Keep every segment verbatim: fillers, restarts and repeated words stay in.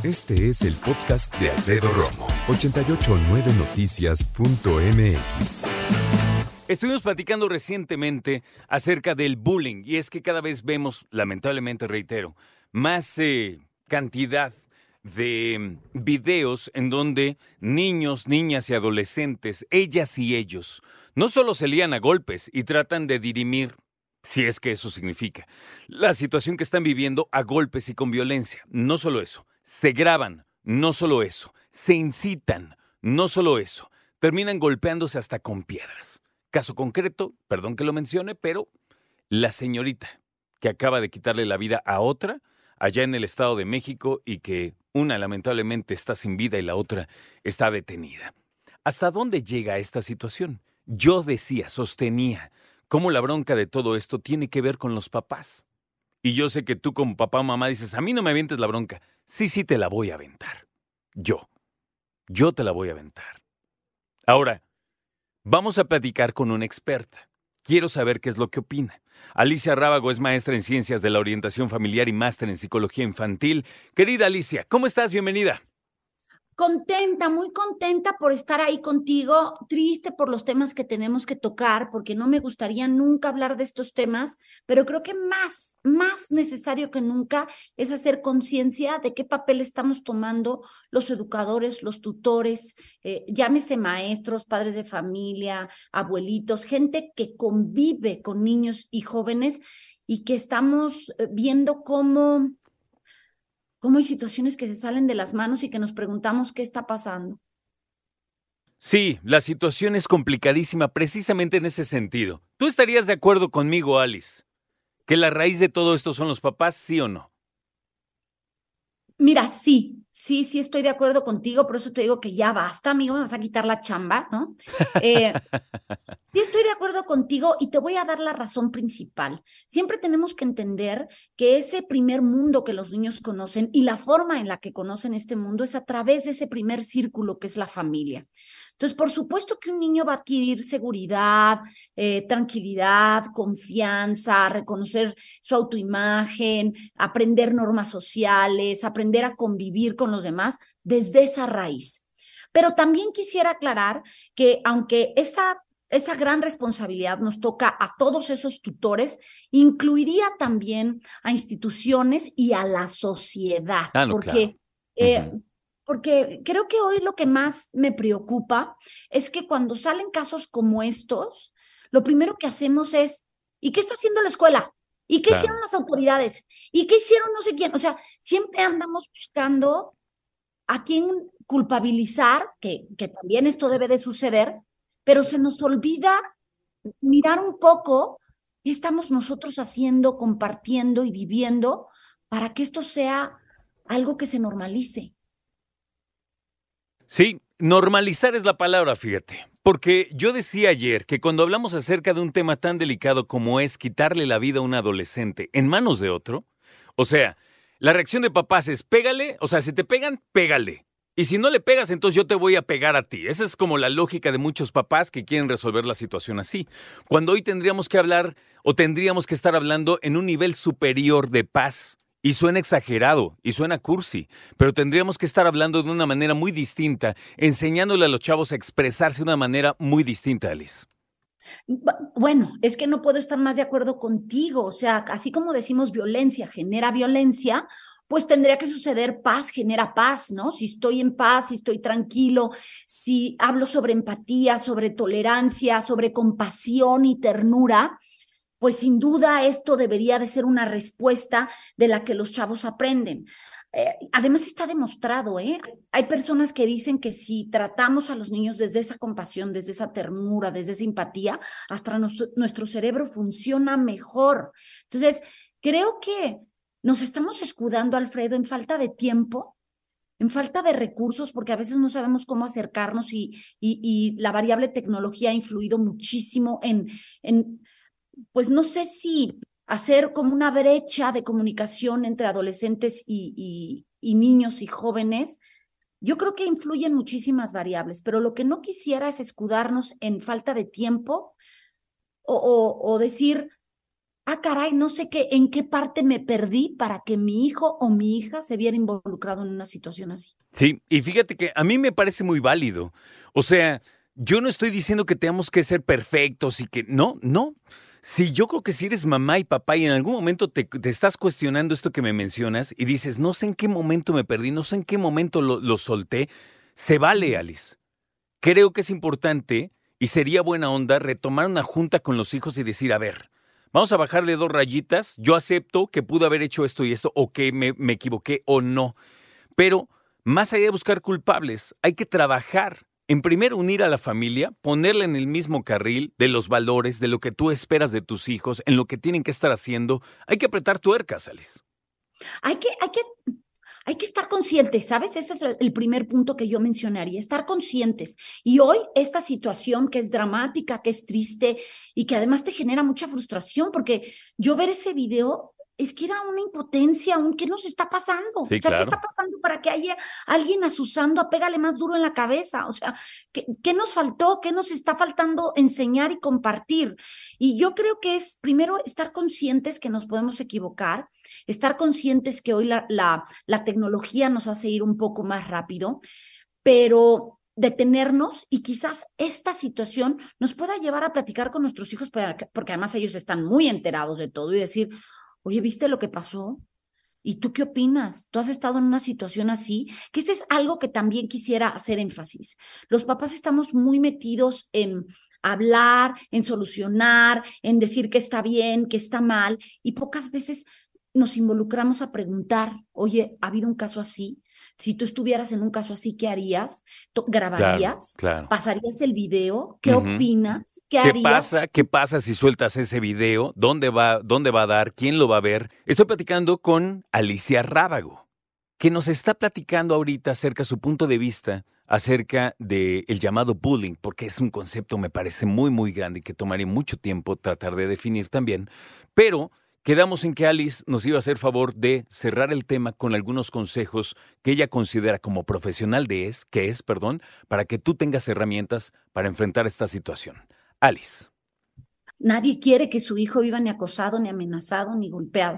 Este es el podcast de Alfredo Romo, ochenta y ocho punto nueve noticias punto m x. Estuvimos platicando recientemente acerca del bullying y es que cada vez vemos, lamentablemente reitero, más eh, cantidad de videos en donde niños, niñas y adolescentes, ellas y ellos, no solo se lían a golpes y tratan de dirimir, si es que eso significa, la situación que están viviendo a golpes y con violencia. No solo eso, se graban, no solo eso, se incitan, no solo eso, terminan golpeándose hasta con piedras. Caso concreto, perdón que lo mencione, pero la señorita que acaba de quitarle la vida a otra allá en el Estado de México y que una lamentablemente está sin vida y la otra está detenida. ¿Hasta dónde llega esta situación? Yo decía, sostenía, cómo la bronca de todo esto tiene que ver con los papás. Y yo sé que tú como papá o mamá dices, a mí no me avientes la bronca. Sí, sí te la voy a aventar. Yo. Yo te la voy a aventar. Ahora, vamos a platicar con una experta. Quiero saber qué es lo que opina. Alicia Rábago es maestra en Ciencias de la Orientación Familiar y máster en Psicología Infantil. Querida Alicia, ¿cómo estás? Bienvenida. Contenta, muy contenta por estar ahí contigo, triste por los temas que tenemos que tocar, porque no me gustaría nunca hablar de estos temas, pero creo que más, más necesario que nunca es hacer conciencia de qué papel estamos tomando los educadores, los tutores, eh, llámese maestros, padres de familia, abuelitos, gente que convive con niños y jóvenes y que estamos viendo cómo... cómo hay situaciones que se salen de las manos y que nos preguntamos qué está pasando. Sí, la situación es complicadísima precisamente en ese sentido. ¿Tú estarías de acuerdo conmigo, Alice, que la raíz de todo esto son los papás, sí o no? Mira, sí, sí, sí estoy de acuerdo contigo, por eso te digo que ya basta, amigo, me vas a quitar la chamba, ¿no? Eh, sí estoy de acuerdo contigo y te voy a dar la razón principal. Siempre tenemos que entender que ese primer mundo que los niños conocen y la forma en la que conocen este mundo es a través de ese primer círculo que es la familia. Entonces, por supuesto que un niño va a adquirir seguridad, eh, tranquilidad, confianza, reconocer su autoimagen, aprender normas sociales, aprender a convivir con los demás desde esa raíz. Pero también quisiera aclarar que aunque esa, esa gran responsabilidad nos toca a todos esos tutores, incluiría también a instituciones y a la sociedad. Ah, no, porque... claro. Eh, uh-huh. Porque creo que hoy lo que más me preocupa es que cuando salen casos como estos, lo primero que hacemos es, ¿y qué está haciendo la escuela? ¿Y qué Claro. hicieron las autoridades? ¿Y qué hicieron no sé quién? O sea, siempre andamos buscando a quién culpabilizar, que, que también esto debe de suceder, pero se nos olvida mirar un poco qué estamos nosotros haciendo, compartiendo y viviendo para que esto sea algo que se normalice. Sí, normalizar es la palabra, fíjate. Porque yo decía ayer que cuando hablamos acerca de un tema tan delicado como es quitarle la vida a un adolescente en manos de otro, o sea, la reacción de papás es pégale, o sea, si te pegan, pégale. Y si no le pegas, entonces yo te voy a pegar a ti. Esa es como la lógica de muchos papás que quieren resolver la situación así. Cuando hoy tendríamos que hablar o tendríamos que estar hablando en un nivel superior de paz. Y suena exagerado, y suena cursi, pero tendríamos que estar hablando de una manera muy distinta, enseñándole a los chavos a expresarse de una manera muy distinta, Alice. Bueno, es que no puedo estar más de acuerdo contigo. O sea, así como decimos violencia genera violencia, pues tendría que suceder paz genera paz, ¿no? Si estoy en paz, si estoy tranquilo, si hablo sobre empatía, sobre tolerancia, sobre compasión y ternura, pues sin duda esto debería de ser una respuesta de la que los chavos aprenden. Eh, además está demostrado, ¿eh? Hay personas que dicen que si tratamos a los niños desde esa compasión, desde esa ternura, desde esa empatía, hasta nuestro, nuestro cerebro funciona mejor. Entonces, creo que nos estamos escudando, Alfredo, en falta de tiempo, en falta de recursos, porque a veces no sabemos cómo acercarnos y, y, y la variable tecnología ha influido muchísimo en... en pues no sé si hacer como una brecha de comunicación entre adolescentes y, y, y niños y jóvenes. Yo creo que influyen muchísimas variables, pero lo que no quisiera es escudarnos en falta de tiempo o, o, o decir, ah, caray, no sé qué, en qué parte me perdí para que mi hijo o mi hija se viera involucrado en una situación así. Sí, y fíjate que a mí me parece muy válido. O sea, yo no estoy diciendo que tengamos que ser perfectos y que no, no. Sí, yo creo que si eres mamá y papá y en algún momento te, te estás cuestionando esto que me mencionas y dices, no sé en qué momento me perdí, no sé en qué momento lo, lo solté, se vale, Alice. Creo que es importante y sería buena onda retomar una junta con los hijos y decir, a ver, vamos a bajarle dos rayitas, yo acepto que pude haber hecho esto y esto, o que me, me equivoqué o no, pero más allá de buscar culpables, hay que trabajar en primero unir a la familia, ponerla en el mismo carril de los valores, de lo que tú esperas de tus hijos, en lo que tienen que estar haciendo. Hay que apretar tuercas, Alice. Hay que, hay que, hay que estar conscientes, ¿sabes? Ese es el primer punto que yo mencionaría, estar conscientes. Y hoy esta situación que es dramática, que es triste y que además te genera mucha frustración, porque yo ver ese video es que era una impotencia, un ¿qué nos está pasando? Sí, o sea, claro. ¿qué está pasando para que haya alguien asusando a pégale más duro en la cabeza? O sea, ¿qué, qué nos faltó? ¿Qué nos está faltando enseñar y compartir? Y yo creo que es primero estar conscientes que nos podemos equivocar, estar conscientes que hoy la, la, la tecnología nos hace ir un poco más rápido, pero detenernos y quizás esta situación nos pueda llevar a platicar con nuestros hijos, porque además ellos están muy enterados de todo y decir, oye, ¿viste lo que pasó? ¿Y tú qué opinas? ¿Tú has estado en una situación así? Que ese es algo que también quisiera hacer énfasis. Los papás estamos muy metidos en hablar, en solucionar, en decir que está bien, que está mal, y pocas veces nos involucramos a preguntar, oye, ¿ha habido un caso así? Si tú estuvieras en un caso así, ¿qué harías? ¿Grabarías? Claro, claro. ¿Pasarías el video? ¿Qué Uh-huh. opinas? ¿Qué, ¿Qué harías? pasa? ¿Qué pasa si sueltas ese video? ¿Dónde va, dónde va a dar? ¿Quién lo va a ver? Estoy platicando con Alicia Rábago, que nos está platicando ahorita acerca de su punto de vista acerca del llamado bullying, porque es un concepto, me parece, muy, muy grande y que tomaría mucho tiempo tratar de definir también, pero quedamos en que Alice nos iba a hacer favor de cerrar el tema con algunos consejos que ella considera como profesional de es, que es, perdón, para que tú tengas herramientas para enfrentar esta situación. Alice. Nadie quiere que su hijo viva ni acosado, ni amenazado, ni golpeado.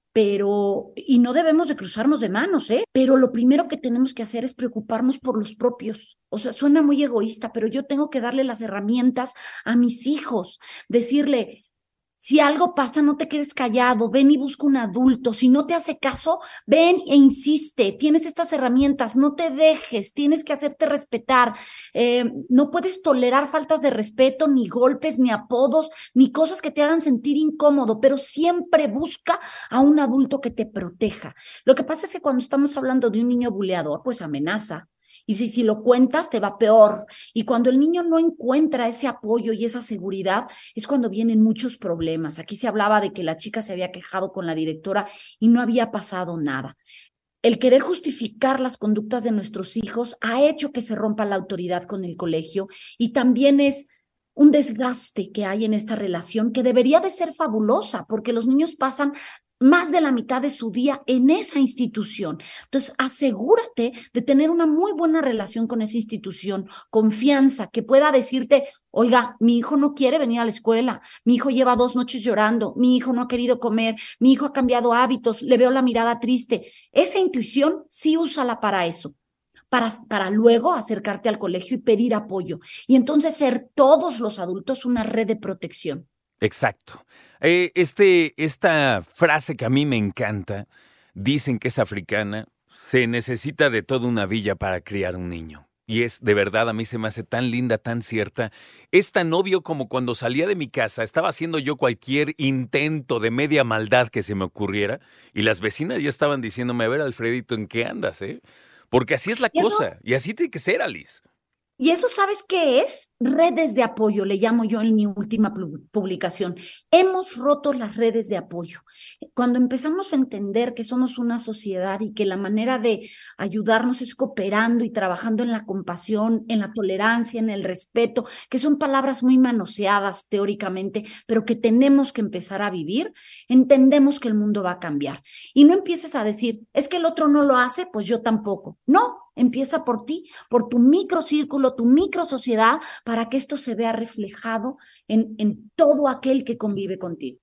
Pero, y no debemos de cruzarnos de manos, ¿eh? Pero lo primero que tenemos que hacer es preocuparnos por los propios. O sea, suena muy egoísta, pero yo tengo que darle las herramientas a mis hijos, decirle, si algo pasa, no te quedes callado, ven y busca un adulto. Si no te hace caso, ven e insiste. Tienes estas herramientas, no te dejes, tienes que hacerte respetar. Eh, no puedes tolerar faltas de respeto, ni golpes, ni apodos, ni cosas que te hagan sentir incómodo, pero siempre busca a un adulto que te proteja. Lo que pasa es que cuando estamos hablando de un niño buleador, pues amenaza. Y si, si lo cuentas, te va peor. Y cuando el niño no encuentra ese apoyo y esa seguridad, es cuando vienen muchos problemas. Aquí se hablaba de que la chica se había quejado con la directora y no había pasado nada. El querer justificar las conductas de nuestros hijos ha hecho que se rompa la autoridad con el colegio y también es un desgaste que hay en esta relación que debería de ser fabulosa porque los niños pasan más de la mitad de su día en esa institución. Entonces, asegúrate de tener una muy buena relación con esa institución, confianza, que pueda decirte, oiga, mi hijo no quiere venir a la escuela, mi hijo lleva dos noches llorando, mi hijo no ha querido comer, mi hijo ha cambiado hábitos, le veo la mirada triste. Esa intuición sí úsala para eso. Para, para luego acercarte al colegio y pedir apoyo. Y entonces ser todos los adultos una red de protección. Exacto. Eh, este, esta frase que a mí me encanta, dicen que es africana, se necesita de toda una villa para criar un niño. Y es, de verdad, a mí se me hace tan linda, tan cierta. Es tan obvio como cuando salía de mi casa, estaba haciendo yo cualquier intento de media maldad que se me ocurriera, y las vecinas ya estaban diciéndome, a ver, Alfredito, ¿en qué andas, eh? Porque así es la ¿Y eso? cosa, y así tiene que ser, Alice. Y eso, ¿sabes qué es? Redes de apoyo, le llamo yo en mi última publicación. Hemos roto las redes de apoyo. Cuando empezamos a entender que somos una sociedad y que la manera de ayudarnos es cooperando y trabajando en la compasión, en la tolerancia, en el respeto, que son palabras muy manoseadas teóricamente, pero que tenemos que empezar a vivir, entendemos que el mundo va a cambiar. Y no empieces a decir, es que el otro no lo hace, pues yo tampoco. No. Empieza por ti, por tu microcírculo, tu microsociedad, para que esto se vea reflejado en, en todo aquel que convive contigo.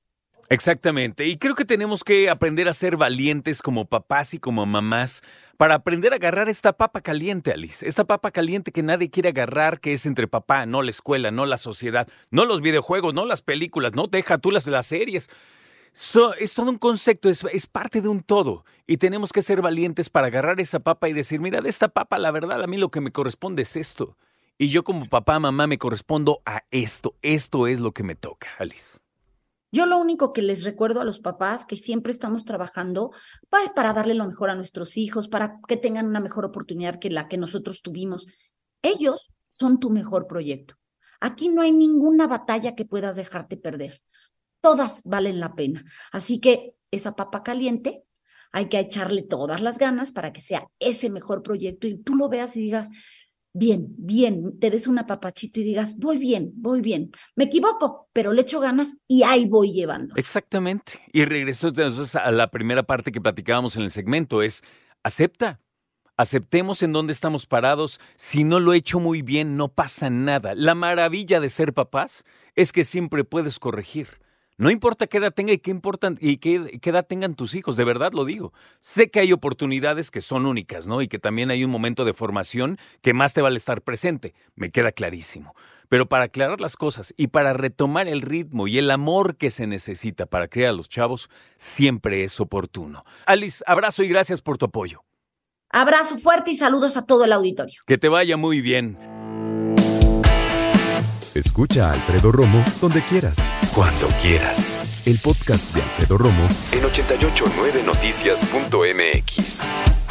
Exactamente, y creo que tenemos que aprender a ser valientes como papás y como mamás para aprender a agarrar esta papa caliente, Alice. Esta papa caliente que nadie quiere agarrar, que es entre papá, no la escuela, no la sociedad, no los videojuegos, no las películas, no deja tú las, las series. So, es todo un concepto, es, es parte de un todo. Y tenemos que ser valientes para agarrar esa papa y decir, mira, de esta papa, la verdad, a mí lo que me corresponde es esto. Y yo como papá, mamá, me correspondo a esto. Esto es lo que me toca, Alice. Yo lo único que les recuerdo a los papás que siempre estamos trabajando para, para darle lo mejor a nuestros hijos, para que tengan una mejor oportunidad que la que nosotros tuvimos. Ellos son tu mejor proyecto. Aquí no hay ninguna batalla que puedas dejarte perder. Todas valen la pena. Así que esa papa caliente hay que echarle todas las ganas para que sea ese mejor proyecto y tú lo veas y digas, bien, bien, te des un apapachito y digas, voy bien, voy bien. Me equivoco, pero le echo ganas y ahí voy llevando. Exactamente. Y regreso entonces a la primera parte que platicábamos en el segmento, es acepta. Aceptemos en dónde estamos parados. Si no lo he hecho muy bien, no pasa nada. La maravilla de ser papás es que siempre puedes corregir. No importa qué edad tenga y qué, importan, y qué, qué edad tengan tus hijos, de verdad lo digo. Sé que hay oportunidades que son únicas, ¿no? Y que también hay un momento de formación que más te vale estar presente, me queda clarísimo. Pero para aclarar las cosas y para retomar el ritmo y el amor que se necesita para criar a los chavos, siempre es oportuno. Alice, abrazo y gracias por tu apoyo. Abrazo fuerte y saludos a todo el auditorio. Que te vaya muy bien. Escucha a Alfredo Romo donde quieras, cuando quieras. El podcast de Alfredo Romo en ochenta y ocho punto nueve noticias punto m x.